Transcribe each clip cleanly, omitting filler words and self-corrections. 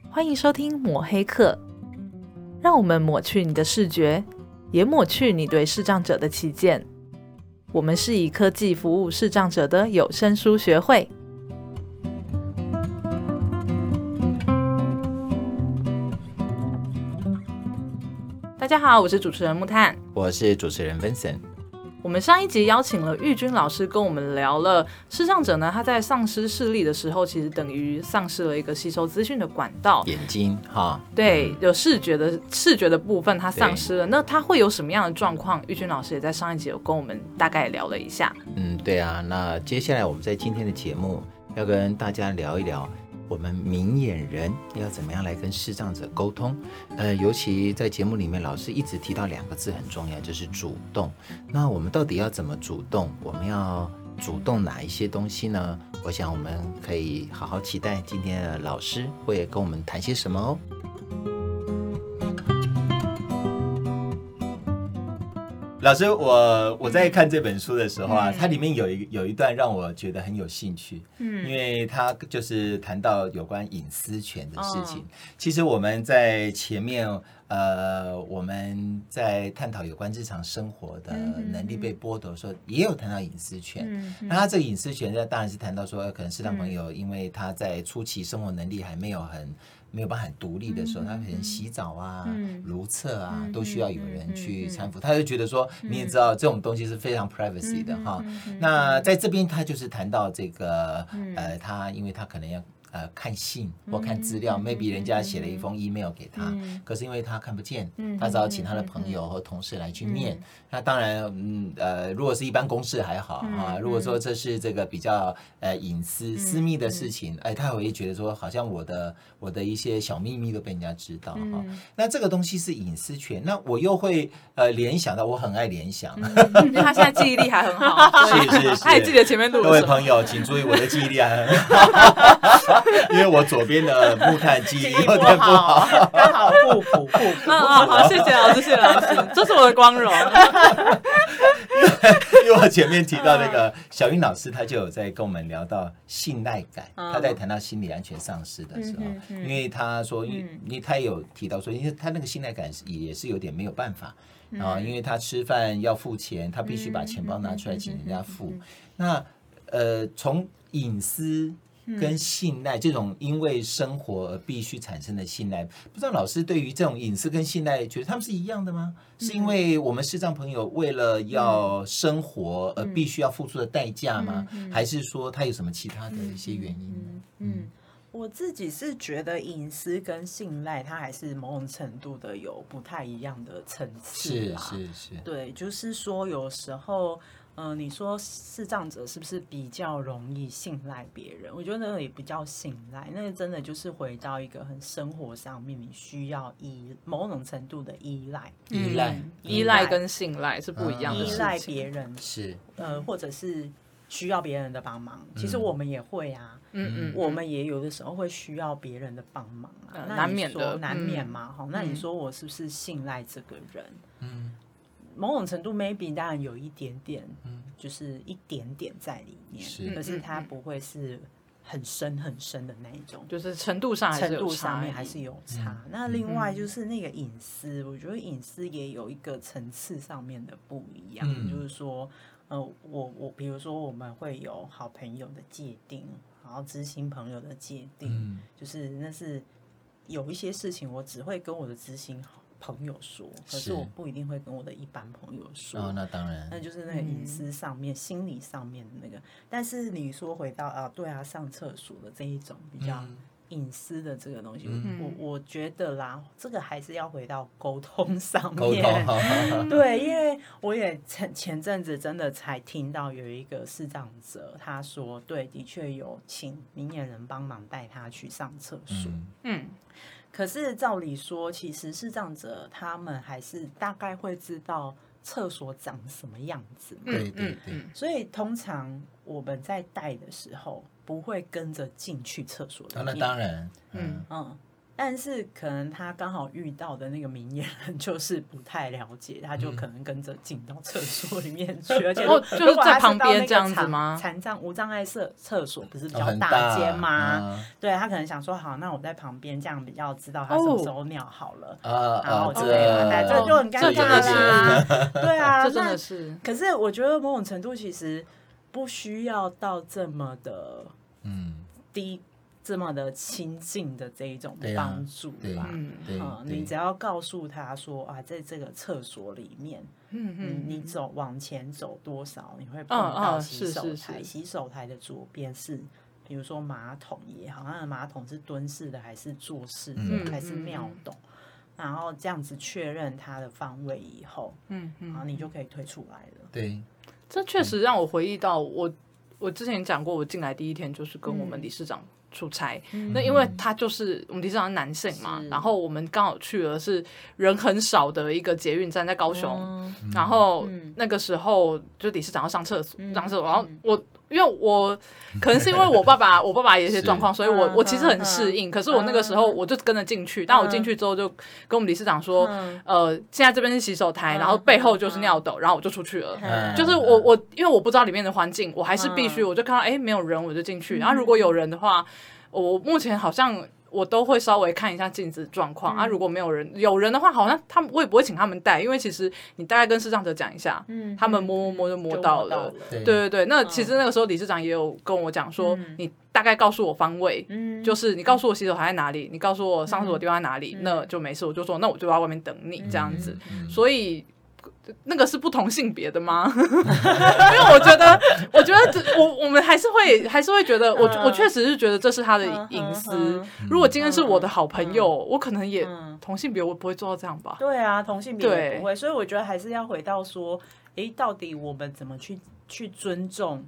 欢迎收听抹黑课，让我们抹去你的视觉，也抹去你对视障者的偏见。我们是以科技服务视障者的有声书学会。大家好，我是主持人木炭， 我是主持人 Vincent。 我们上一集邀请了玉君老师跟我们聊了视障者呢，他在丧失视力的时候，其实等于丧失了一个吸收资讯的管道， 眼睛哈， 对，有视觉的部分他丧失了，那他会有什么样的状况？玉君老师也在上一集有跟我们大概聊了一下。 对啊，那接下来我们在今天的节目要跟大家聊一聊我们明眼人要怎么样来跟视障者沟通。尤其在节目里面，老师一直提到两个字很重要，就是主动。那我们到底要怎么主动？我们要主动哪一些东西呢？我想我们可以好好期待今天的老师会跟我们谈些什么哦。老师，我在看这本书的时候啊，它里面有一段让我觉得很有兴趣，因为它就是谈到有关隐私权的事情。其实我们在前面我们在探讨有关日常生活的能力被剥夺的时候，也有谈到隐私权。那他这个隐私权当然是谈到说，可能视障朋友因为他在初期生活能力还没有办法很独立的时候，他可能洗澡啊、如厕啊，都需要有人去搀扶。他就觉得说，你也知道这种东西是非常 privacy 的哈。那在这边他就是谈到这个他因为他可能要看信或看资料，maybe 人家写了一封 email 给他，可是因为他看不见，他只好请他的朋友或同事来去念。那当然，如果是一般公事还好啊，如果说这是这个比较隐私私密的事情，他会觉得说，好像我的一些小秘密都被人家知道哈。那这个东西是隐私权，那我又会联想到，我很爱联想， 因为他现在记忆力还很好， 是， 他也记得前面录的。 各位朋友，请注意我的记忆力还很好。因为我左边的木炭记忆有点不好， 刚好互补。 好，谢谢老师，谢谢老师，这是我的光荣。 因为我前面提到那个小云老师，他就有在跟我们聊到信赖感，他在谈到心理安全丧失的时候，因为他说，因为他也有提到说，因为他那个信赖感也是有点没有办法啊，因为他吃饭要付钱，他必须把钱包拿出来请人家付。那从隐私跟信赖这种因为生活而必须产生的信赖，不知道老师对于这种隐私跟信赖，觉得他们是一样的吗？是因为我们视障朋友为了要生活而必须要付出的代价吗？还是说他有什么其他的一些原因呢？ 我自己是觉得隐私跟信赖，它还是某种程度的有不太一样的层次啦。 是， 对，就是说有时候。你说视障者是不是比较容易信赖别人？我觉得那个也不叫信赖，那个真的就是回到一个很生活上面，你需要某种程度的依赖。 依赖跟信赖是不一样的事情。 依赖别人是或者是需要别人的帮忙，其实我们也会啊。我们也有的时候会需要别人的帮忙啊， 难免的， 难免嘛。那你说我是不是信赖这个人？某种程度 maybe 当然有一点点，就是一点点在里面，可是它不会是很深很深的那一种， 就是程度上面还是有差。那另外就是那个隐私，我觉得隐私也有一个层次上面的不一样，就是说，我比如说我们会有好朋友的界定，然后知心朋友的界定，就是那是有一些事情我只会跟我的知心朋友说，可是我不一定会跟我的一般朋友说。 那当然， 那就是那个隐私上面、心理上面的那个。但是你说回到对啊，上厕所的这一种比较隐私的这个东西，我觉得啦，这个还是要回到沟通上面。对，因为我也前阵子真的才听到有一个视障者，他说，对，的确有请明眼人帮忙带他去上厕所。可是照理说，其实视障者他们还是大概会知道厕所长什么样子。 对。 所以通常我们在带的时候，不会跟着进去厕所的。 那当然， 但是可能他刚好遇到的那个明眼人就是不太了解，他就可能跟着进到厕所里面去，而且就是在旁边这样子吗？ 无障碍厕所不是比较大间吗？对，他可能想说好，那我在旁边这样比较知道他什么时候尿好了，然后我就可以把它这就很尴尬啦。对啊， 这真的是。 可是我觉得某种程度其实不需要到这么的低。这么的亲近的这一种帮助吧，你只要告诉他说啊，在这个厕所里面，你往前走多少，你会碰到洗手台，洗手台的左边是，比如说马桶也好，那个马桶是蹲式的还是坐式的，还是尿斗，然后这样子确认它的方位以后，然后你就可以退出来了。 对， 这确实让我回忆到我之前讲过，我进来第一天就是跟我们理事长出差，那因为他就是我们理事长是男性嘛，然后我们刚好去的是人很少的一个捷运站，在高雄，然后那个时候就理事长要上厕所，然后因为我可能是因为我爸爸也有一些状况，所以我其实很适应。可是我那个时候我就跟着进去，但我进去之后就跟我们理事长说，现在这边是洗手台，然后背后就是尿斗，然后我就出去了。就是我因为我不知道里面的环境，我还是必须我就看到没有人我就进去，然后如果有人的话，我目前好像。我都会稍微看一下镜子状况如果没有人的话，好像我也不会请他们带，因为其实你大概跟视障者讲一下，他们摸就摸到了。对，那其实那个时候理事长也有跟我讲说，你大概告诉我方位，就是你告诉我洗手台在哪里，你告诉我上厕所的地方在哪里，那就没事，我就说那我就在外面等你这样子。所以那个是不同性别的吗？因为我觉得我们还是会觉得，我确实是觉得这是他的隐私。如果今天是我的好朋友，我可能也同性别，我不会做到这样吧？ 对啊，同性别也不会。所以我觉得还是要回到说，到底我们怎么去尊重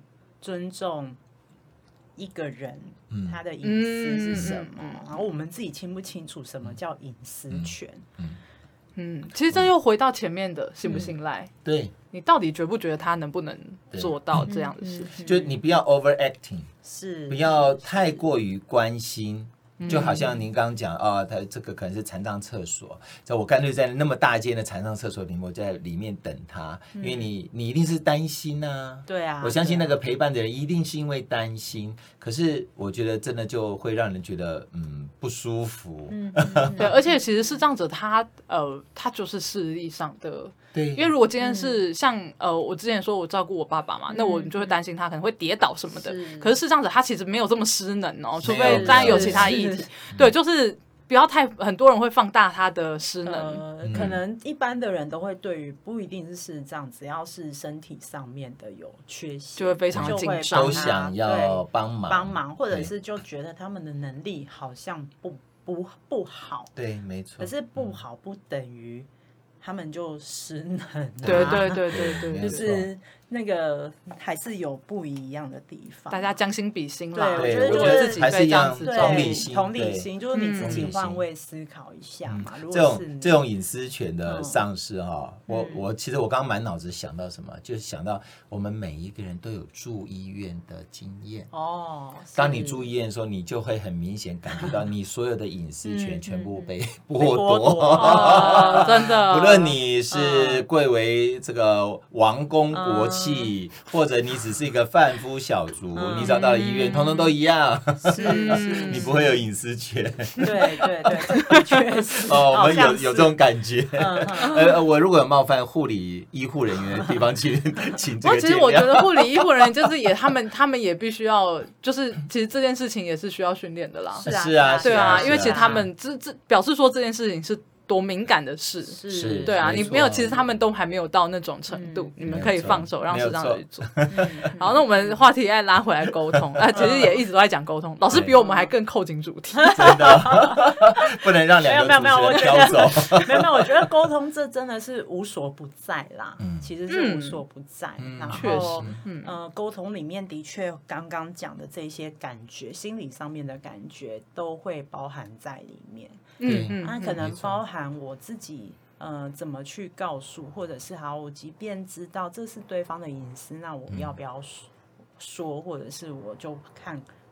一个人他的隐私是什么？然后我们自己清不清楚什么叫隐私权？ 其实这又回到前面的信不信赖， 对， 你到底觉不觉得他能不能做到这样的事情？ 就你不要 overacting， 是不要太过于关心。就好像您刚刚讲他这个可能是残障厕所，我干脆在那么大间的残障厕所里面，我在里面等他，因为你一定是担心啊。 对啊， 我相信那个陪伴的人一定是因为担心，可是我觉得真的就会让人觉得不舒服。 对，而且其实视障者他就是视力上的。 对， 因为如果今天是像我之前说我照顾我爸爸嘛，那我就会担心他可能会跌倒什么的。可是视障者他其实没有这么失能除非当然有其他议题。对，就是不要很多人会放大他的失能。 可能一般的人都会对于不一定是视障，只要是身体上面的有缺陷， 就会非常的紧张， 都想要帮忙， 或者是就觉得他们的能力好像不好。 对，没错。 可是不好不等于他们就失能对， 就是那个还是有不一样的地方， 大家将心比心啦。 对， 我觉得还是一样同理心， 同理心就是你自己换位思考一下嘛。 这种隐私权的丧失其实我刚刚满脑子想到什么，就是想到我们每一个人都有住医院的经验当你住医院的时候，你就会很明显感觉到你所有的隐私权全部被剥夺真的。 不论你是贵为这个王公国戚，或者你只是一个贩夫小卒，你找到了医院，通通都一样。你不会有隐私权。 对，这确实。 我们有这种感觉。我如果有冒犯医护人员的地方，请这个见谅。 其实我觉得护理医护人员就是他们也必须要，就是其实这件事情也是需要训练的啦。 是啊， 对啊，因为其实他们表示说这件事情是多敏感的事，对啊，你没有，其实他们都还没有到那种程度，你们可以放手让视障者去做。好，那我们话题再拉回来沟通其实也一直都在讲沟通，老师比我们还更扣紧主题， 真的不能让两个主持人飘走。 没有，我觉得沟通这真的是无所不在啦，其实是无所不在。然后沟通里面的确刚刚讲的这些感觉，心理上面的感觉都会包含在里面。它可能包含我自己怎么去告诉，或者是我即便知道这是对方的隐私，那我要不要说，或者是我就看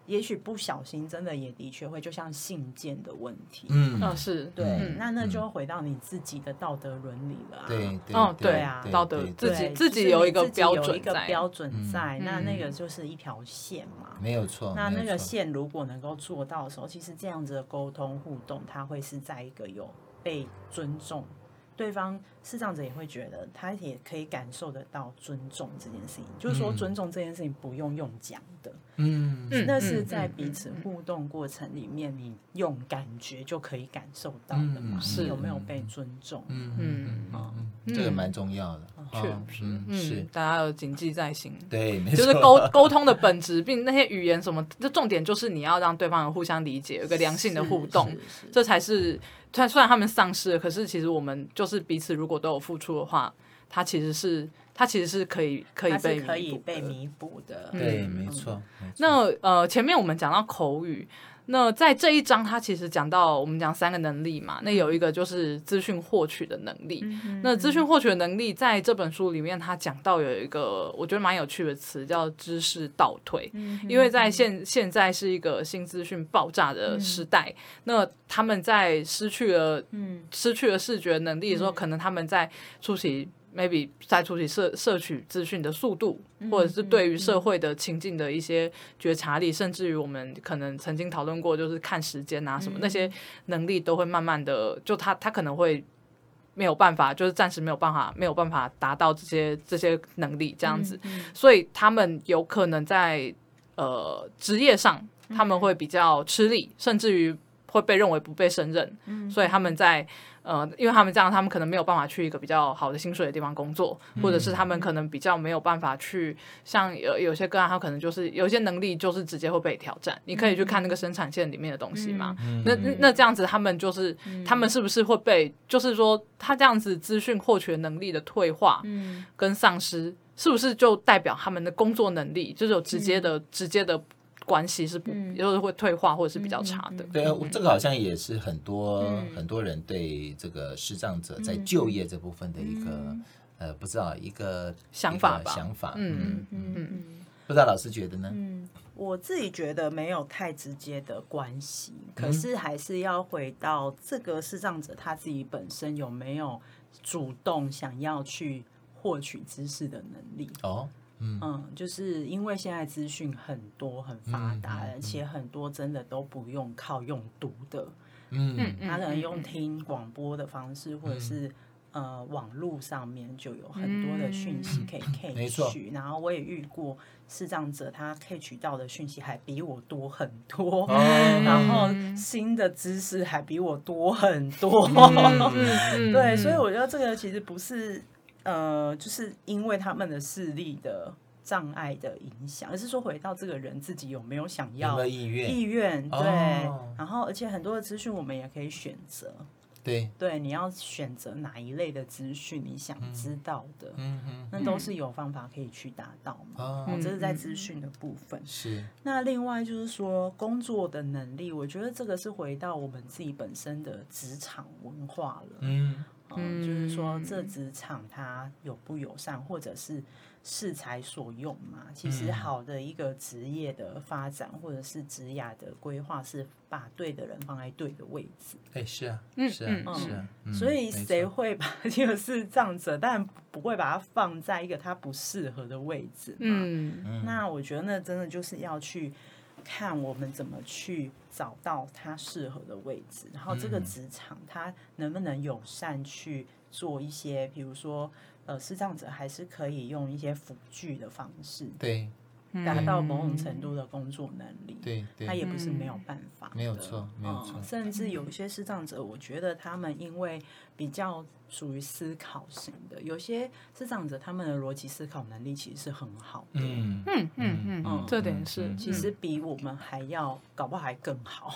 也许不小心真的也的确会，就像信件的问题， 是对，那就回到你自己的道德伦理了啊。 对啊， 道德自己有一个标准在，那个就是一条线嘛， 没有错。 那个线如果能够做到的时候，其实这样子的沟通互动，它会是在一个有被尊重。对方视障者也会觉得，他也可以感受得到尊重这件事情，就是说尊重这件事情不用讲的，那是在彼此互动过程里面，你用感觉就可以感受到的嘛，是有没有被尊重？ 这个蛮重要的， 确实，是大家要谨记在心。 对，没错，就是沟通的本质，并那些语言什么，这重点就是你要让对方有互相理解，有一个良性的互动，这才是。虽然他们丧失了，可是其实我们就是彼此如果都有付出的话，它其实是可以被弥补的。 对，没错。 那前面我们讲到口语。那在这一章，他其实讲到我们讲3个能力嘛，那有一个就是资讯获取的能力。那资讯获取的能力在这本书里面，他讲到有一个我觉得蛮有趣的词叫知识倒退，因为在现在是一个新资讯爆炸的时代，那他们在失去了视觉能力的时候，可能他们在初期。maybe 在初期摄取资讯的速度，或者是对于社会的情境的一些觉察力，甚至于我们可能曾经讨论过，就是看时间啊什么那些能力都会慢慢的，就他可能会没有办法，就是暂时没有办法达到这些能力这样子，所以他们有可能在职业上他们会比较吃力，甚至于会被认为不被胜任，所以他们在因为他们这样，他们可能没有办法去一个比较好的薪水的地方工作，或者是他们可能比较没有办法去像有些个案，他可能就是有一些能力就是直接会被挑战。你可以去看那个生产线里面的东西嘛，那这样子他们就是他们是不是会被，就是说他这样子资讯获取能力的退化跟丧失，是不是就代表他们的工作能力就是有直接的关系是就是会退化或者是比较差的。 对，这个好像也是很多人对这个视障者在就业这部分的一个不知道一个想法吧。 不知道老师觉得呢？ 我自己觉得没有太直接的关系，可是还是要回到这个视障者他自己本身有没有主动想要去获取知识的能力。就是因为现在资讯很多很发达，而且很多真的都不用靠用读的，他可能用听广播的方式，或者是网络上面就有很多的讯息可以 catch 取，然后我也遇过视障者，他 catch 到的讯息还比我多很多，然后新的知识还比我多很多，对，所以我觉得这个其实不是。就是因为他们的视力的障碍的影响，而是说回到这个人自己有没有想要有没有意愿，对，然后而且很多的资讯我们也可以选择，对，你要选择哪一类的资讯你想知道的，那都是有方法可以去达到嘛。这是在资讯的部分。 是。 那另外就是说工作的能力，我觉得这个是回到我们自己本身的职场文化了。就是说这职场它友不友善，或者是适才所用嘛。其实好的一个职业的发展，或者是职涯的规划，是把对的人放在对的位置。 是啊， 所以谁会把这个视障者，当然不会把它放在一个他不适合的位置嘛。那我觉得那真的就是要去看我们怎么去找到他适合的位置，然后这个职场他能不能友善去做一些，比如说视障者还是可以用一些辅具的方式， 对， 达到某种程度的工作能力， 对， 他也不是没有办法的， 没有错。 甚至有一些视障者，我觉得他们因为比较属于思考型的，有些视障者他们的逻辑思考能力其实是很好的， 这点是其实比我们还要搞不好还更好，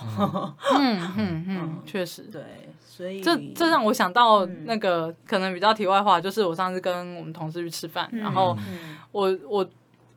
确实， 对，所以这让我想到那个可能比较题外话，就是我上次跟我们同事去吃饭，然后我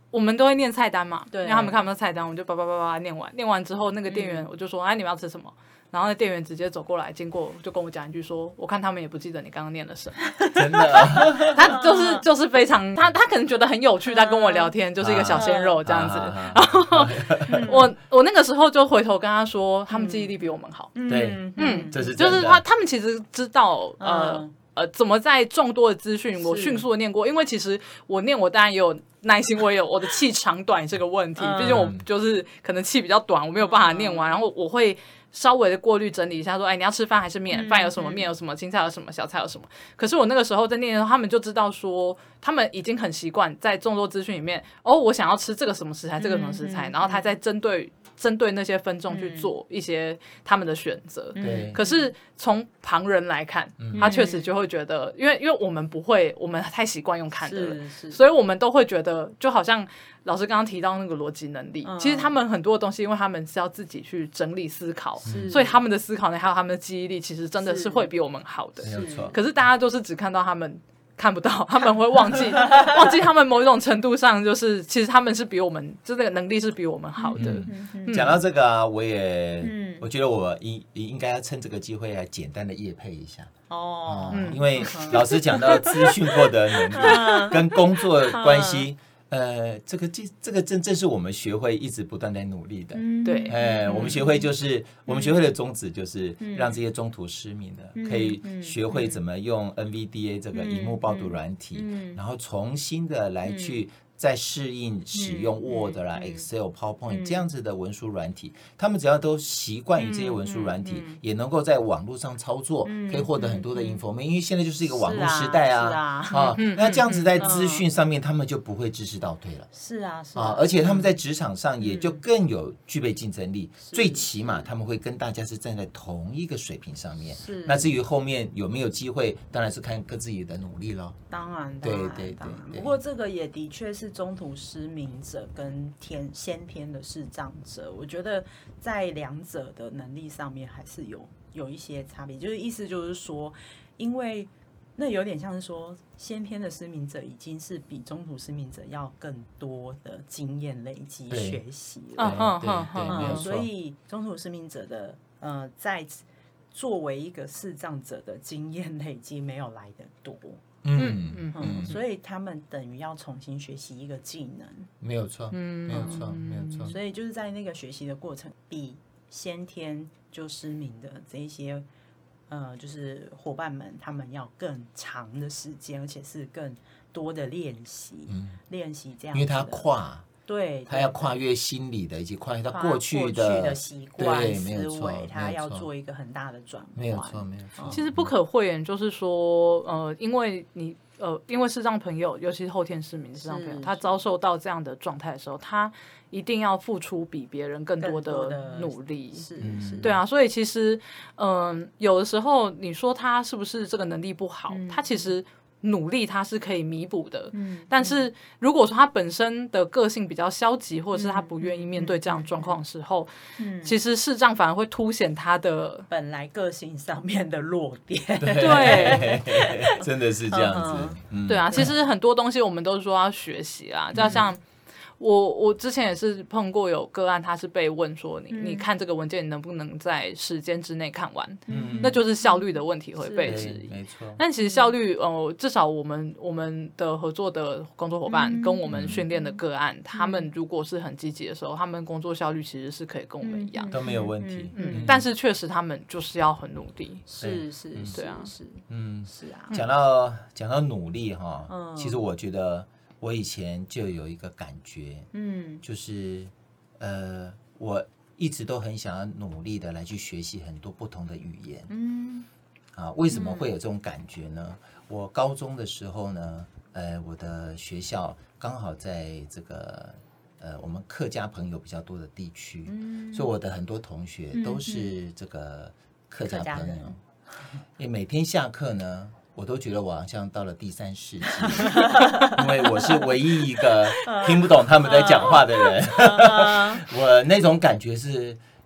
我们都会念菜单嘛， 对， 因为他们看不到菜单，我们就叭叭叭叭念完，念完之后那个店员我就说，哎，你们要吃什么？然后那店员直接走过来，经过就跟我讲一句说，我看他们也不记得你刚刚念了什么。 真的， 他就是非常他可能觉得很有趣，在跟我聊天，就是一个小鲜肉这样子。然后我那个时候就回头跟他说，他们记忆力比我们好。 对，这是就是他们其实知道怎么在众多的资讯我迅速的念过，因为其实我当然也有耐心，我也有我的气长短这个问题，毕竟我就是可能气比较短，我没有办法念完，然后我会稍微的过滤整理一下说，哎，你要吃饭还是面？饭有什么？面有什么？青菜有什么？小菜有什么？可是我那个时候在念的时候，他们就知道说，他们已经很习惯在众多资讯里面，我想要吃这个什么食材，这个什么食材，然后他再针对那些分众去做一些他们的选择。可是从旁人来看，他确实就会觉得，因为我们不会，我们太习惯用看的了，所以我们都会觉得，就好像老师刚刚提到那个逻辑能力，其实他们很多东西，因为他们是要自己去整理思考，所以他们的思考力还有他们的记忆力，其实真的是会比我们好的。可是大家都是只看到他们。看不到，他们会忘记他们某一种程度上，就是其实他们是比我们，就这个能力是比我们好的。 讲到这个啊，我觉得我应该要趁这个机会来简单的业配一下因为老师讲到资讯获得能力跟工作关系。这个正是我们学会一直不断在努力的。 对， 我们学会的宗旨就是让这些中途失明的可以学会怎么用 NVDA 这个萤幕报读软体，然后重新的来去再适应使用 Word 啦、Excel、PowerPoint 这样子的文书软体，他们只要都习惯于这些文书软体，也能够在网络上操作，可以获得很多的 information，因为现在就是一个网络时代那这样子在资讯上面他们就不会知识倒退了。 是啊， 而且他们在职场上也就更有具备竞争力，最起码他们会跟大家是站在同一个水平上面。那至于后面有没有机会，当然是看各自己的努力咯。 当然， 对。 不过这个也的确是中途失明者跟先天的视障者，我觉得在两者的能力上面还是有一些差别。就是意思就是说，因为那有点像是说，先天的失明者已经是比中途失明者要更多的经验累积学习了。所以中途失明者的在作为一个视障者的经验累积没有来得多。所以他们等于要重新学习一个技能， 没有错，没有错。 所以就是在那个学习的过程，比先天就失明的这一些就是伙伴们，他们要更长的时间，而且是更多的练习，练习这样子的， 因为他他要跨越心理的，以及跨越他过去的习惯思维，他要做一个很大的转换。 没有错。 其实不可讳言，就是说，因为视障朋友，尤其是后天失明的视障朋友，他遭受到这样的状态的时候，他一定要付出比别人更多的努力。对啊，所以其实，有的时候你说他是不是这个能力不好，他其实。努力他是可以弥补的，但是如果说他本身的个性比较消极，或者是他不愿意面对这样的状况的时候，其实视障反而会凸显他的本来个性上面的弱点。 对， 真的是这样子。 对啊，其实很多东西我们都是说要学习啦，就像。我之前也是碰过有个案，他是被问说你看这个文件，你能不能在时间之内看完？那就是效率的问题会被质疑。 没错。 但其实效率，至少我们的合作的工作伙伴跟我们训练的个案，他们如果是很积极的时候，他们工作效率其实是可以跟我们一样， 都没有问题。 但是确实他们就是要很努力。 是， 对啊， 是啊。 讲到努力哈，其实我觉得。我以前就有一个感觉，就是我一直都很想要努力的来去学习很多不同的语言，为什么会有这种感觉呢？我高中的时候呢，我的学校刚好在这个我们客家朋友比较多的地区，所以我的很多同学都是这个客家朋友，因为每天下课呢。我都觉得我好像到了第3世纪，因为我是唯一一个听不懂他们在讲话的人。我那种感觉是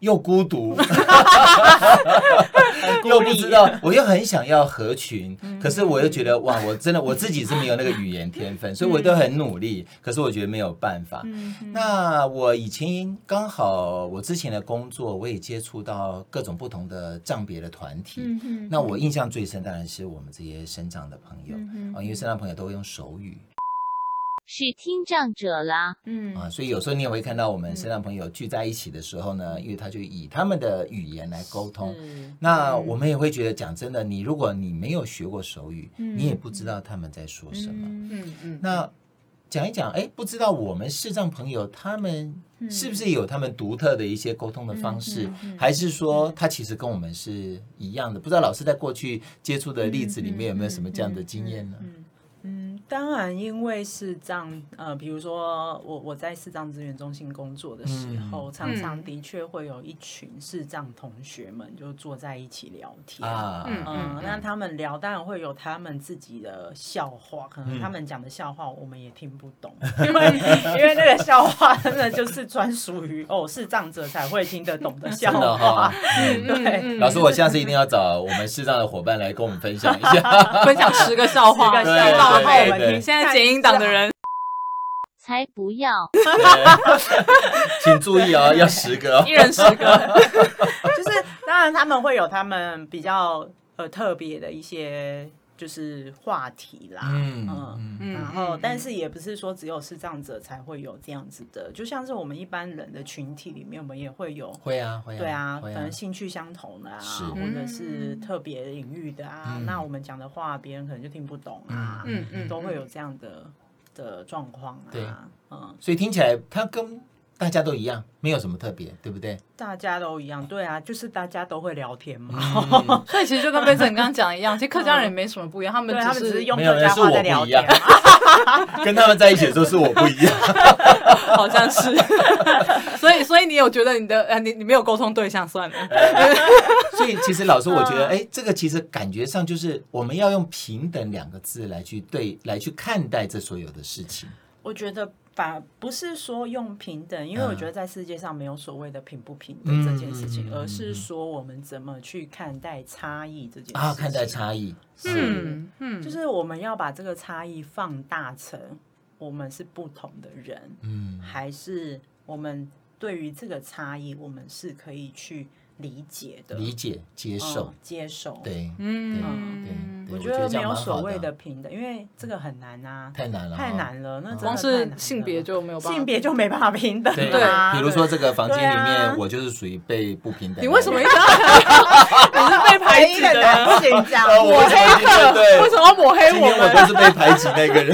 又孤独，又不知道，我又很想要合群，可是我又觉得哇，我真的我自己是没有那个语言天分，所以我都很努力，可是我觉得没有办法。那我以前刚好我之前的工作，我也接触到各种不同的障别的团体。那我印象最深当然是我们这些身障的朋友因为身障朋友都会用手语。 是听障者啦， 所以有时候你也会看到我们身障朋友聚在一起的时候呢，因为他就以他们的语言来沟通。那我们也会觉得，讲真的，如果你没有学过手语，你也不知道他们在说什么。那讲一讲，不知道我们视障朋友他们是不是有他们独特的一些沟通的方式，还是说他其实跟我们是一样的？不知道老师在过去接触的例子里面有没有什么这样的经验呢？ 当然，因为视障，比如说我在视障资源中心工作的时候，常常的确会有一群视障同学们就坐在一起聊天那他们聊当然会有他们自己的笑话，可能他们讲的笑话我们也听不懂，因为那个笑话真的就是专属于视障者才会听得懂的笑话。对， 老师，我下次一定要找我们视障的伙伴来跟我们分享一下， 分享10个笑话，然后我们听现在剪音档的人才不要， 请注意要10个一人10个， 就是当然他们会有他们比较特别的一些就是话题啦，然后但是也不是说只有视障者才会有这样子的，就像是我们一般人的群体里面，我们也会有， 会啊， 对啊，可能兴趣相同的或者是特别领域的那我们讲的话别人可能就听不懂都会有这样的状况对，所以听起来它跟大家都一样，没有什么特别，对不对？ 大家都一样，对啊，就是大家都会聊天嘛。 所以其实就跟Benson刚刚讲的一样，其实客家人也没什么不一样，他们只是用客家话在聊天。 跟他们在一起的时候是我不一样， 好像是。所以你有觉得你没有沟通对象算了。 所以其实老师，我觉得这个其实感觉上就是我们要用平等2个字来去看待这所有的事情。 我觉得不是说用平等，因为我觉得在世界上没有所谓的平不平等这件事情，而是说我们怎么去看待差异这件事情。 看待差异就是我们要把这个差异放大成我们是不同的人，还是我们对于这个差异我们是可以去理解的， 理解、接受，对， 我觉得没有所谓的平等，因为这个很难太难了，那光是性别就没有办法， 性别就没办法平等。 对，比如说这个房间里面，我就是属于被不平等。 你为什么一直要你是被排挤的人？ 不行这样， 抹黑客，为什么要抹黑我们？ 今天我都是被排挤那个人。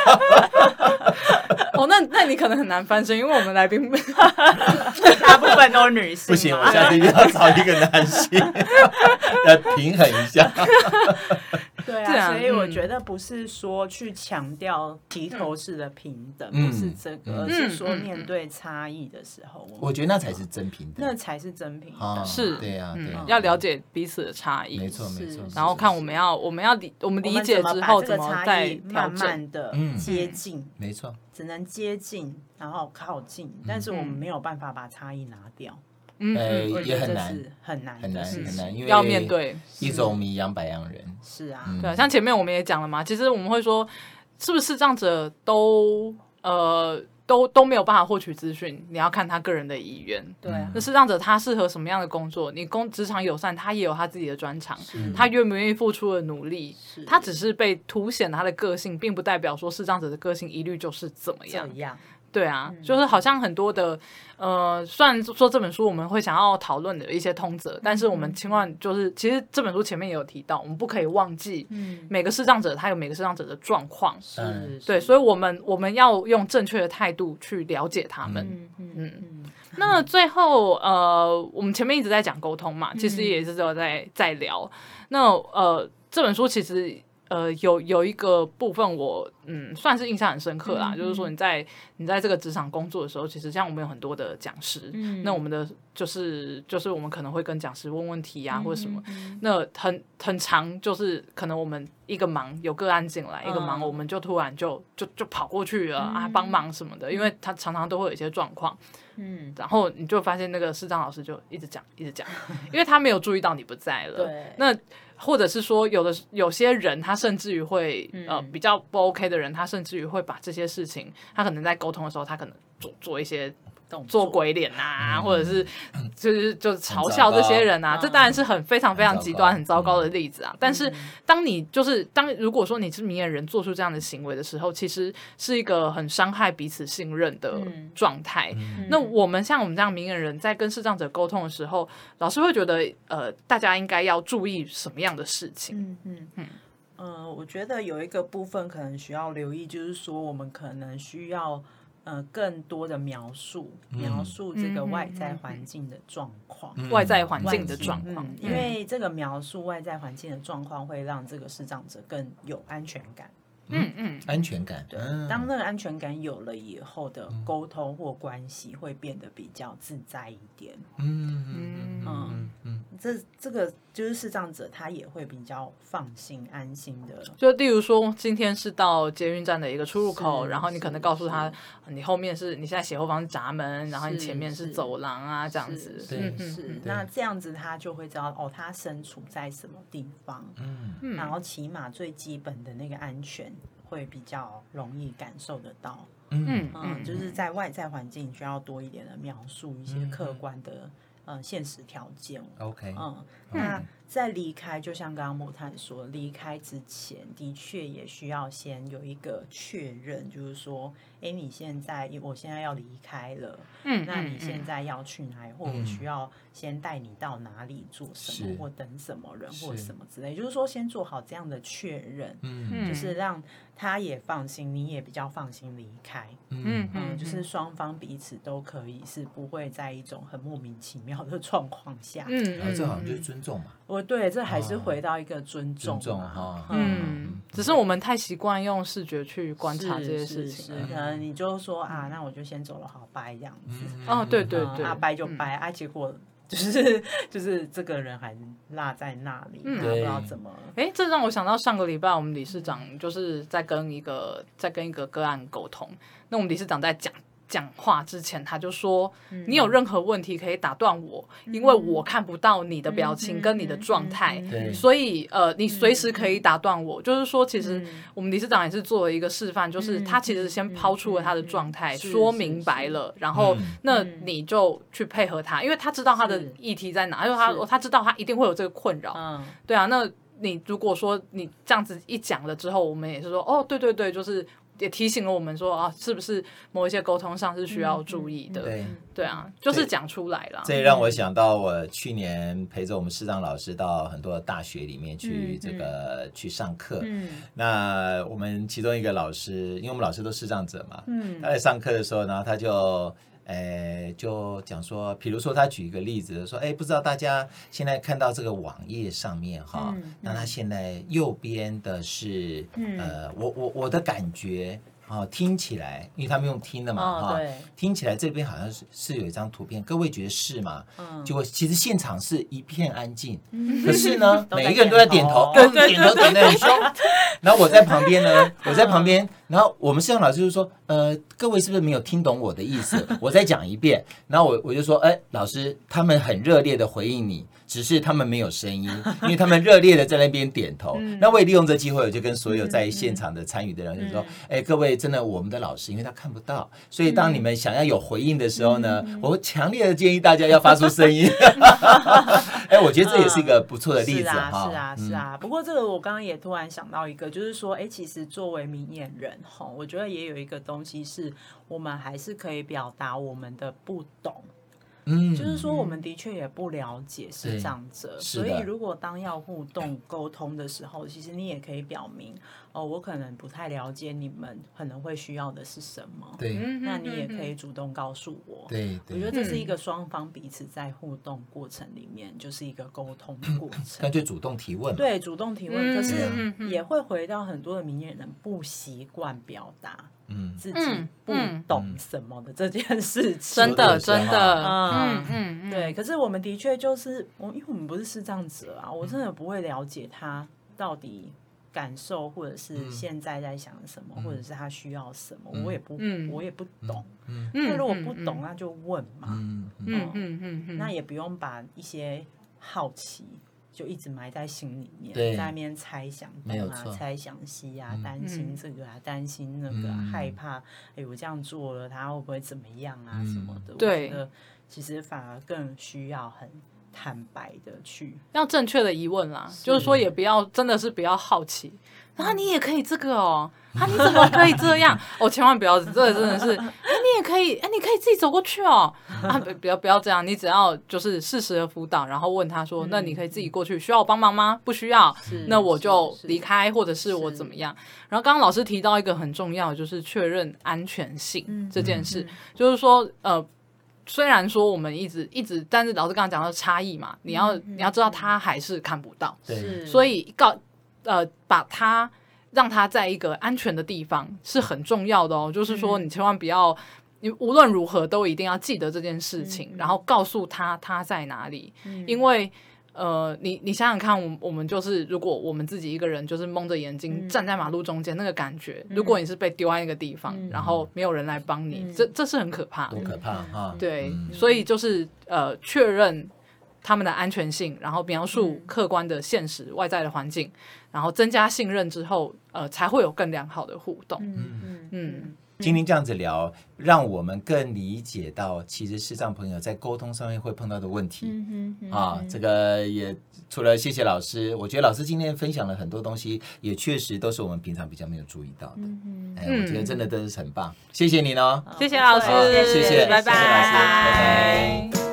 那你可能很难翻身，因为我们来宾大部分都是女性。 不行，我下次一定要找一个男性来平衡一下。 对啊，所以我觉得不是说去强调齐头式的平等，不是这个，而是说面对差异的时候， 我觉得那才是真平等， 那才是真平等。 是， 对啊， 要了解彼此的差异， 没错。 然后看我们理解之后怎么再慢慢的接近， 没错， 只能接近，然后靠近，但是我们没有办法把差异拿掉。 也很难， 很难， 因为要面对一种米养百样人。 是啊， 对，像前面我们也讲了嘛，其实我们会说，是不是视障者都没有办法获取资讯？你要看他个人的意愿。 对， 那视障者他适合什么样的工作？你职场友善，他也有他自己的专长，他愿不愿意付出的努力，他只是被凸显他的个性，并不代表说视障者的个性一律就是怎么样。对啊，就是好像很多的虽然说这本书我们会想要讨论的一些通则，但是我们千万就是其实这本书前面也有提到，我们不可以忘记每个视障者他有每个视障者的状况，对，所以我们要用正确的态度去了解他们。那最后我们前面一直在讲沟通嘛，其实也是有在聊。那这本书其实有一个部分我算是印象很深刻啦。就是说你在这个职场工作的时候，其实像我们有很多的讲师，那我们的就是我们可能会跟讲师问问题啊，或者什么，那很长，就是可能我们一个忙有个案进来，一个忙我们就突然就跑过去了啊，帮忙什么的，因为他常常都会有一些状况。然后你就发现那个视障老师就一直讲，因为他没有注意到你不在了。 对， 那或者是说有些人他甚至于会比较不 OK 的人，他甚至于会把这些事情，他可能在沟通的时候，他可能做一些做鬼脸啊，或者是就是嘲笑这些人啊，这当然是非常非常极端很糟糕的例子啊。但是如果说你是明眼人做出这样的行为的时候，其实是一个很伤害彼此信任的状态。那我们这样明眼人在跟视障者沟通的时候，老师会觉得大家应该要注意什么样的事情？ 我觉得有一个部分可能需要留意，就是说我们可能需要更多的描述这个外在环境的状况， 外在环境的状况， 因为这个描述外在环境的状况会让这个视障者更有安全感。 安全感。 对，当那个安全感有了以后的沟通或关系会变得比较自在一点。这个就是视障者他也会比较放心安心的。 就例如说，今天是到捷运站的一个出入口，然后你可能告诉他，你后面你现在斜后方是闸门，然后你前面是走廊啊，这样子。 是，那这样子他就会知道他身处在什么地方。然后起码最基本的那个安全会比较容易感受得到。就是在外在环境需要多一点的描述一些客观的现实条件。 OK， 那在离开，就像刚刚木炭说，离开之前的确也需要先有一个确认，就是说，我现在要离开了，那你现在要去哪里，或我需要先带你到哪里做什么，或等什么人或什么之类，就是说先做好这样的确认，就是让他也放心，你也比较放心离开，就是双方彼此都可以是不会在一种很莫名其妙的状况下， 这好像就是尊重嘛。 对，这还是回到一个尊重嘛。 只是我们太习惯用视觉去观察这些事情， 可能你就说那我就先走了，好拜这样子。 对， 拜就拜结果就是这个人还落在那里，不知道怎么。 这让我想到上个礼拜我们理事长就是在跟一个个案沟通，那我们理事长在讲话之前他就说，你有任何问题可以打断我，因为我看不到你的表情跟你的状态，所以你随时可以打断我。就是说其实我们理事长也是做了一个示范，就是他其实先抛出了他的状态，说明白了，然后那你就去配合他，因为他知道他的议题在哪，因为他知道他一定会有这个困扰。对啊，那你如果说你这样子一讲了之后，我们也是说对，就是也提醒了我们说是不是某一些沟通上是需要注意的。对啊，就是讲出来啦。 这也让我想到我去年陪着我们视障老师到很多大学里面去去上课。那我们其中一个老师，因为我们老师都视障者嘛，他在上课的时候，然后他就讲说，比如说他举一个例子说，不知道大家现在看到这个网页上面那他现在右边的是我的感觉听起来，因为他们用听的嘛听起来这边好像是有一张图片，各位觉得是吗？结果其实现场是一片安静，可是呢每一个人都在点头，点头点得很凶。然后我在旁边，然后我们视障老师就说，各位是不是没有听懂我的意思？我再讲一遍。然后我就说，老师，他们很热烈的回应你，只是他们没有声音，因为他们热烈的在那边点头。那我也利用这机会，我就跟所有在现场的参与的人就说，各位真的，我们的老师因为他看不到，所以当你们想要有回应的时候呢，我强烈的建议大家要发出声音。我觉得这也是一个不错的例子是啊。不过这个我刚刚也突然想到一个，就是说，其实作为明眼人我觉得也有一个东西是我们还是可以表达我们的不懂。 就是说我们的确也不了解视障者，所以如果当要互动沟通的时候，其实你也可以表明我可能不太了解你们可能会需要的是什么， 对， 那你也可以主动告诉我。 对， 我觉得这是一个双方彼此在互动过程里面就是一个沟通的过程， 干脆主动提问， 对，主动提问，可是也会回到很多的明眼人不习惯表达自己不懂什么的这件事情， 真的真的， 对。可是我们的确就是因为我们不是视障者啊，我真的不会了解他到底感受或者是现在在想什么，或者是他需要什么，我也不懂。那如果不懂，那就问嘛。那也不用把一些好奇就一直埋在心里面，在那边猜想东啊，猜想西啊，担心这个啊，担心那个，害怕我这样做了他会不会怎么样啊什么的。 对， 我觉得其实反而更需要很坦白的去要正确的疑问啦，就是说也不要真的是不要好奇，你也可以这个哦，你怎么可以这样？千万不要，这个真的是，你也可以，你可以自己走过去哦，不要这样，你只要就是适时的辅导，然后问他说，那你可以自己过去，需要我帮忙吗？不需要，那我就离开，或者是我怎么样？然后刚刚老师提到一个很重要的，就是确认安全性这件事，就是说虽然说我们一直，但是老师刚刚讲到差异嘛，你要知道他还是看不到， 对， 所以把他让他在一个安全的地方是很重要的哦。就是说你千万不要，你无论如何都一定要记得这件事情，然后告诉他在哪里，因为。你想想看，我们就是如果我们自己一个人就是蒙着眼睛站在马路中间，那个感觉，如果你是被丢在那个地方，然后没有人来帮你，这是很可怕的， 多可怕哈！ 对，所以就是确认他们的安全性，然后描述客观的现实外在的环境，然后增加信任之后，才会有更良好的互动。 今天这样子聊，让我们更理解到，其实视障朋友在沟通上面会碰到的问题这个也除了谢谢老师，我觉得老师今天分享了很多东西，也确实都是我们平常比较没有注意到的。我觉得真的是很棒，谢谢你呢， 谢谢老师， 谢谢， 拜拜， 拜拜。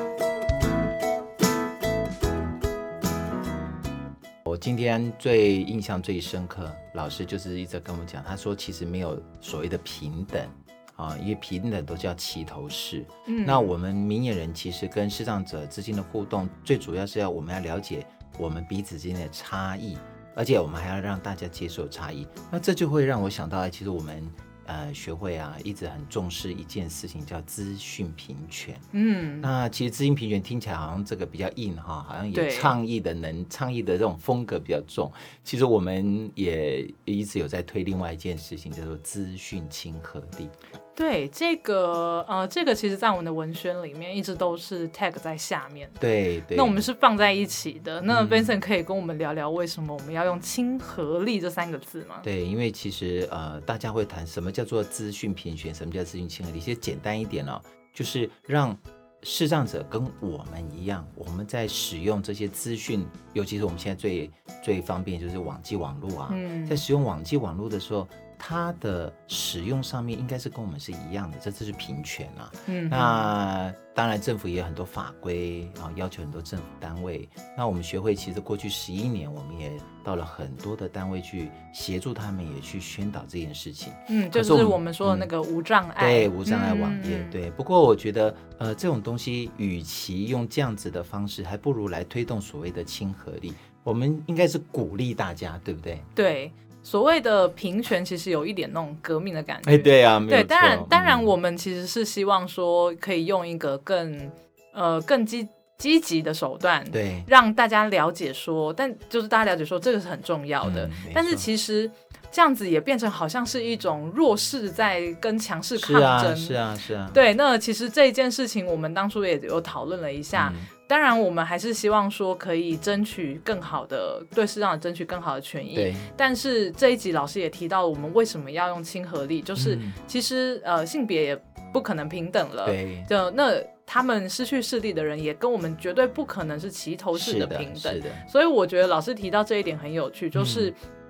我今天印象最深刻，老师就是一直跟我们讲，他说其实没有所谓的平等因为平等都叫齐头式。那我们明眼人其实跟视障者之间的互动，最主要是我们要了解我们彼此之间的差异，而且我们还要让大家接受差异。那这就会让我想到，其实我们学会一直很重视一件事情，叫资讯平权。那其实资讯平权听起来好像这个比较硬好像有倡议的这种风格比较重。其实我们也一直有在推另外一件事情，叫做资讯亲和力。 对，这个其实在我们的文宣里面一直都是 tag 在下面。 对， 那我们是放在一起的。那 Vincent 可以跟我们聊聊为什么我们要用亲和力这3个字吗？ 对，因为其实大家会谈什么叫做资讯平权，什么叫资讯亲和力。其实简单一点就是让视障者跟我们一样，我们在使用这些资讯，尤其是我们现在最方便就是网际网络在使用网际网络的时候，它的使用上面应该是跟我们是一样的，这是平权那当然政府也有很多法规要求很多政府单位。那我们学会其实过去11年，我们也到了很多的单位去协助他们，也去宣导这件事情。 就是我们说的那个无障碍， 对，无障碍网页。对，不过我觉得这种东西与其用这样子的方式，还不如来推动所谓的亲和力。我们应该是鼓励大家，对不对？ 对。所谓的平权其实有一点那种革命的感觉。 对啊，没有错。 对，当然我们其实是希望说可以用一个更积极的手段， 对， 让大家了解说，但就是大家了解说这个是很重要的。但是其实这样子也变成好像是一种弱势在跟强势抗争。 是啊。 对，那其实这一件事情我们当初也有讨论了一下。当然我们还是希望说可以争取更好的，对视障者争取更好的权益。但是这一集老师也提到我们为什么要用亲和力，就是其实性别也不可能平等了。就那他们失去视力的人也跟我们绝对不可能是齐头式的平等。所以我觉得老师提到这一点很有趣，就是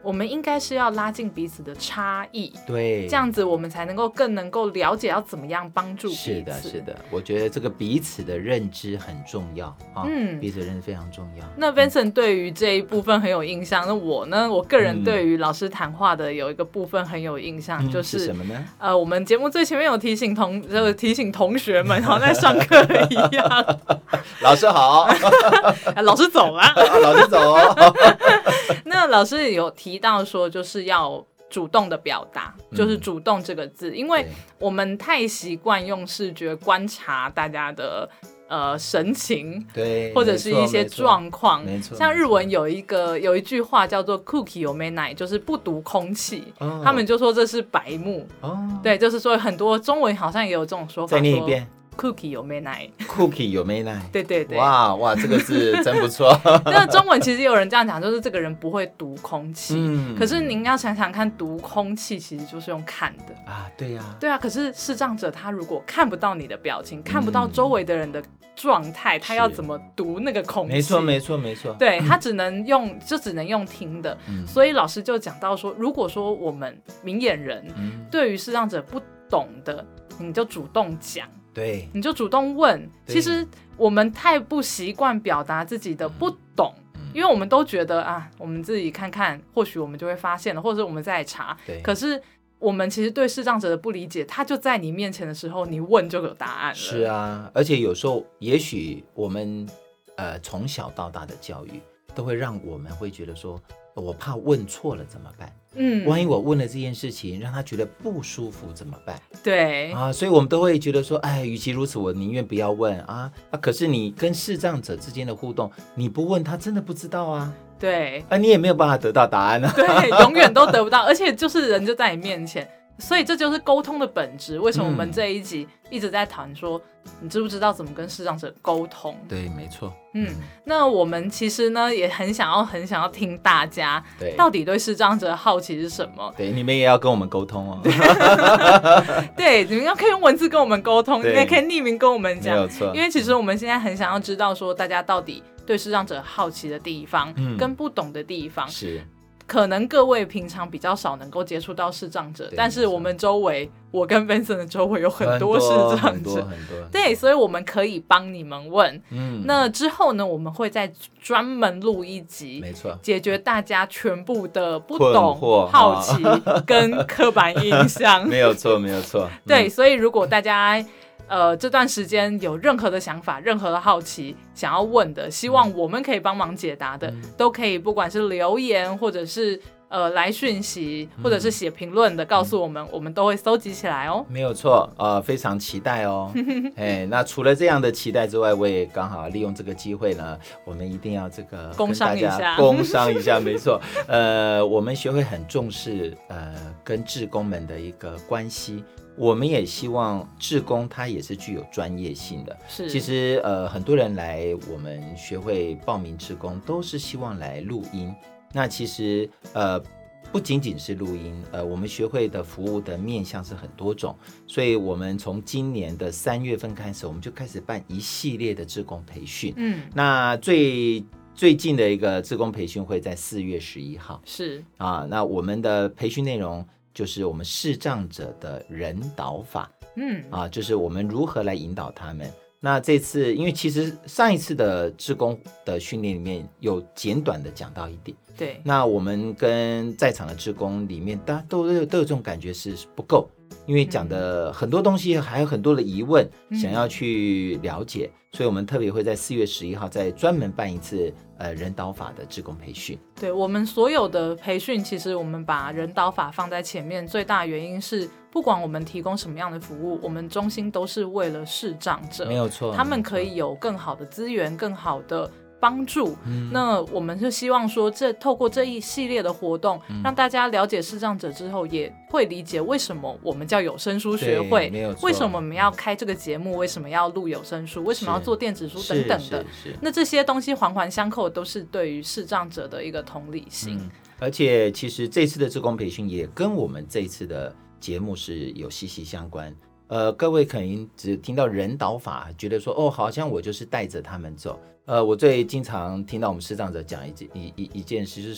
我们应该是要拉近彼此的差异， 对， 这样子我们才更能够了解要怎么样帮助彼此。 是的，是的，我觉得这个彼此的认知很重要啊，彼此的认知非常重要。 那 Vincent 对于这一部分很有印象，那我呢，我个人对于老师谈话的有一个部分很有印象，就是什么呢？ 我们节目最前面有提醒同学们，好像在上课一样。 老师好， 老师走了， 老师走哦。 那老师有提到说，就是要主动的表达，就是主动这个字，因为我们太习惯用视觉观察大家的神情， 对， 或者是一些状况， 没错。 像日文有一句话叫做 "cookie 有没奶"，就是不读空气，他们就说这是白目。对，就是说很多中文好像也有这种说法。 再念一遍。 Cookie 有没奶 ？Cookie 有没奶？ 对对对， 哇，这个字真不错。 那中文其实也有人这样讲，就是这个人不会读空气。可是您要想想看，读空气其实就是用看的啊，对呀， 对啊。可是视障者他如果看不到你的表情，看不到周围的人的状态，他要怎么读那个空气？ 没错。 对，他只能用听的。所以老师就讲到说，如果说我们明眼人对于视障者不懂的，你就主动讲。 对， 你就主动问。其实我们太不习惯表达自己的不懂，因为我们都觉得啊，我们自己看看，或许我们就会发现了，或者是我们再查。可是我们其实对视障者的不理解，他就在你面前的时候，你问就有答案了。 是啊，而且有时候也许我们从小到大的教育都会让我们会觉得说，我怕问错了怎么办？万一我问了这件事情让他觉得不舒服怎么办？ 对啊，所以我们都会觉得说，哎，与其如此，我宁愿不要问啊。可是你跟视障者之间的互动，你不问他真的不知道啊。 对你也没有办法得到答案啊。 对，永远都得不到，而且就是人就在你面前。所以这就是沟通的本质。为什么我们这一集一直在谈说，你知不知道怎么跟视障者沟通？ 对，没错。 那我们其实呢也很想要听大家到底对视障者的好奇是什么。 对，你们也要跟我们沟通哦。 对，你们可以用文字跟我们沟通，你们也可以匿名跟我们讲。 没有错。 因为其实我们现在很想要知道说，大家到底对视障者好奇的地方，跟不懂的地方。 是。 可能各位平常比较少能够接触到视障者，但是我们周围，我跟 Vincent 的周围有很多视障者， 很多。 对，所以我们可以帮你们问。那之后呢，我们会再专门录一集， 没错， 解决大家全部的不懂、好奇跟刻板印象。 没有错。 对，所以如果大家这段时间有任何的想法、任何的好奇想要问的，希望我们可以帮忙解答的，都可以，不管是留言或者是来讯息，或者是写评论的，告诉我们，我们都会搜集起来哦。 没有错，非常期待哦。那除了这样的期待之外，我也刚好利用这个机会呢，我们一定要这个工商一下， 没错。我们学会很重视跟志工们的一个关系。我们也希望志工他也是具有专业性的。 是， 其实很多人来我们学会报名志工，都是希望来录音。那其实不仅仅是录音，我们学会的服务的面向是很多种，所以我们从今年的3月份开始，我们就开始办一系列的志工培训。那最近的一个志工培训会在4月11号。 是啊，那我们的培训内容就是我们视障者的人导法，就是我们如何来引导他们。那这次，因为其实上一次的志工的训练里面有简短的讲到一点， 对， 那我们跟在场的志工里面，大家都有这种感觉是不够，因为讲的很多东西还有很多的疑问，想要去了解，所以我们特别会在4月11号再专门办一次人导法的志工培训。 对，我们所有的培训，其实我们把人导法放在前面，最大的原因是，不管我们提供什么样的服务，我们中心都是为了视障者， 没有错， 他们可以有更好的资源，更好的帮助。那我们是希望说，透过这一系列的活动，让大家了解视障者之后，也会理解为什么我们叫有声书学会，为什么我们要开这个节目，为什么要录有声书，为什么要做电子书等等的。那这些东西环环相扣，都是对于视障者的一个同理心。 而且其实这次的志工培训也跟我们这一次的节目是有息息相关。各位可能只听到人导法，觉得说好像我就是带着他们走。我最经常听到我们视障者讲一件事，就是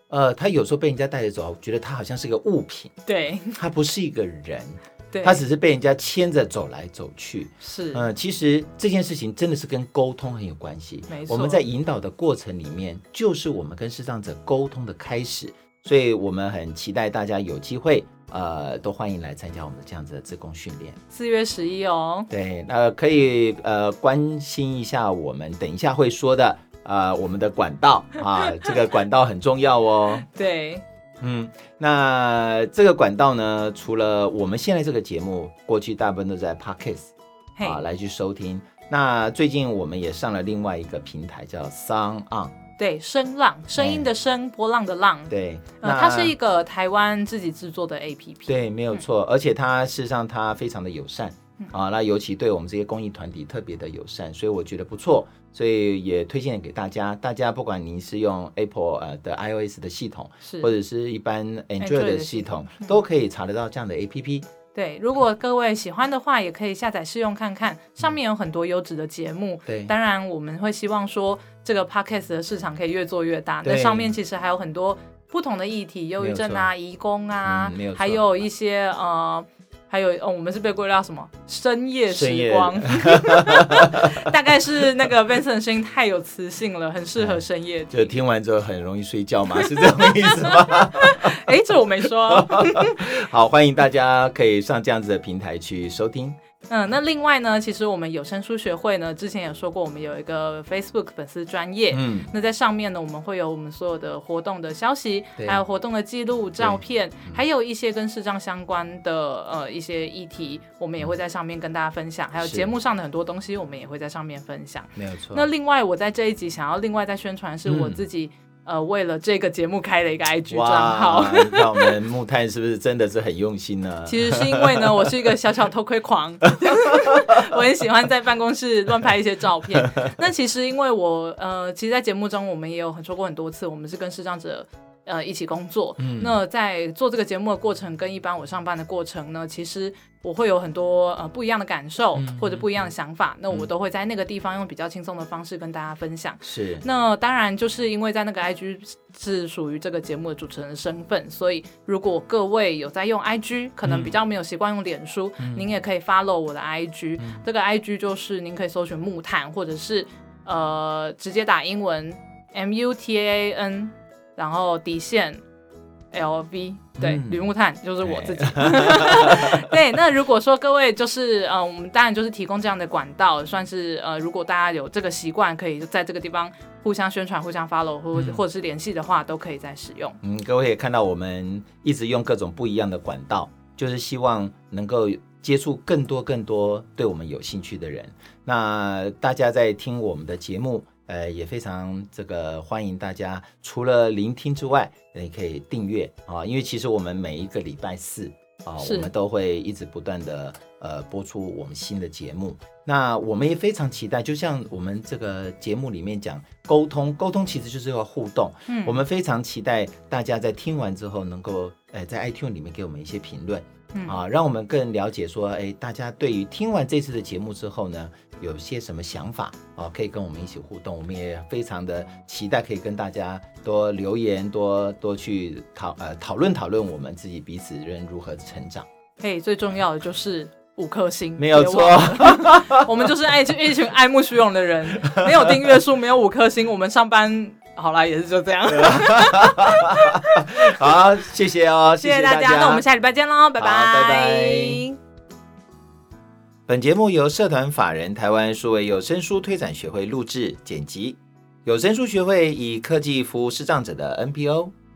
他有时候被人家带着走，觉得他好像是个物品， 对， 他不是一个人， 对， 他只是被人家牵着走来走去。 是， 其实这件事情真的是跟沟通很有关系。 没错， 我们在引导的过程里面，就是我们跟视障者沟通的开始，所以我们很期待大家有机会，都欢迎来参加我们这样子的志工训练。 4月11哦。 对，可以关心一下我们等一下会说的我们的管道啊，这个管道很重要哦。 对。 那这个管道呢，除了我们现在这个节目，过去大部分都在 Podcast 来去收听。那最近我们也上了另外一个平台叫 Sound On， 对，声浪，声音的声，波浪的浪。 对， 它是一个台湾自己制作的 APP。 对，没有错，而且它事实上它非常的友善。那尤其对我们这些公益团体特别的友善，所以我觉得不错，所以也推荐给大家。大家不管您是用 Apple 的 iOS 的系统，或者是一般 Android 的系统，都可以查得到这样的 APP。 对，如果各位喜欢的话，也可以下载试用看看，上面有很多优质的节目。 对， 当然我们会希望说这个 Podcast 的市场可以越做越大，那上面其实还有很多不同的议题，忧郁症啊、移工啊，还有一些还有我们是被归类到什么深夜时光，大概是那个 Vincent 的声音太有磁性了，很适合深夜听， 就听完之后很容易睡觉嘛，是这种意思吗？ 这我没说。 好，欢迎大家可以上这样子的平台去收听。 那另外呢，其实我们有声书学会呢，之前有说过，我们有一个 Facebook 粉丝专页，那在上面呢，我们会有我们所有的活动的消息，还有活动的记录、照片，还有一些跟视障相关的一些议题，我们也会在上面跟大家分享，还有节目上的很多东西，我们也会在上面分享。 没有错。 那另外，我在这一集想要另外再宣传，是我自己。为了这个节目开了一个 IG 账号。 那我们木炭是不是真的是很用心呢？ 其实是因为呢，我是一个小小偷窥狂，我很喜欢在办公室乱拍一些照片。那其实因为我其实在节目中我们也有说过很多次，我们是跟视障者一起工作。那在做这个节目的过程跟一般我上班的过程呢，其实我会有很多不一样的感受或者不一样的想法，那我都会在那个地方用比较轻松的方式跟大家分享。 是， 那当然就是因为在那个 IG 是属于这个节目的主持人的身份，所以如果各位有在用 IG， 可能比较没有习惯用脸书，您也可以 follow 我的 IG，这个 IG 就是您可以搜寻木炭，或者是直接打英文 MUTAN， 然后底线 LV， 对，吕木炭就是我自己。对，那如果说各位就是我们当然就是提供这样的管道，算是如果大家有这个习惯，可以在这个地方互相宣传、互相 follow 或者是联系的话，都可以再使用。 各位也看到我们一直用各种不一样的管道，就是希望能够接触更多对我们有兴趣的人。那大家在听我们的节目。也非常欢迎大家，除了聆听之外，也可以订阅啊，因为其实我们每一个礼拜四我们都会一直不断的播出我们新的节目。那我们也非常期待，就像我们这个节目里面讲沟通其实就是要互动。我们非常期待大家在听完之后能够在 iTunes 里面给我们一些评论。让我们更了解说，大家对于听完这次的节目之后呢，有些什么想法可以跟我们一起互动。我们也非常的期待可以跟大家多留言，多去讨论我们自己彼此人如何成长。 最重要的就是5颗星， 没有错。 我们就是一群爱慕虚荣的人，没有订阅数，没有5颗星，我们上班。好啦，也是就这样。 好，谢谢哦，谢谢大家。 那我们下礼拜见喽，拜拜。 拜拜。本节目由社团法人台湾数位有声书推展学会录制剪辑。有声书学会以科技服务视障者的 NPO，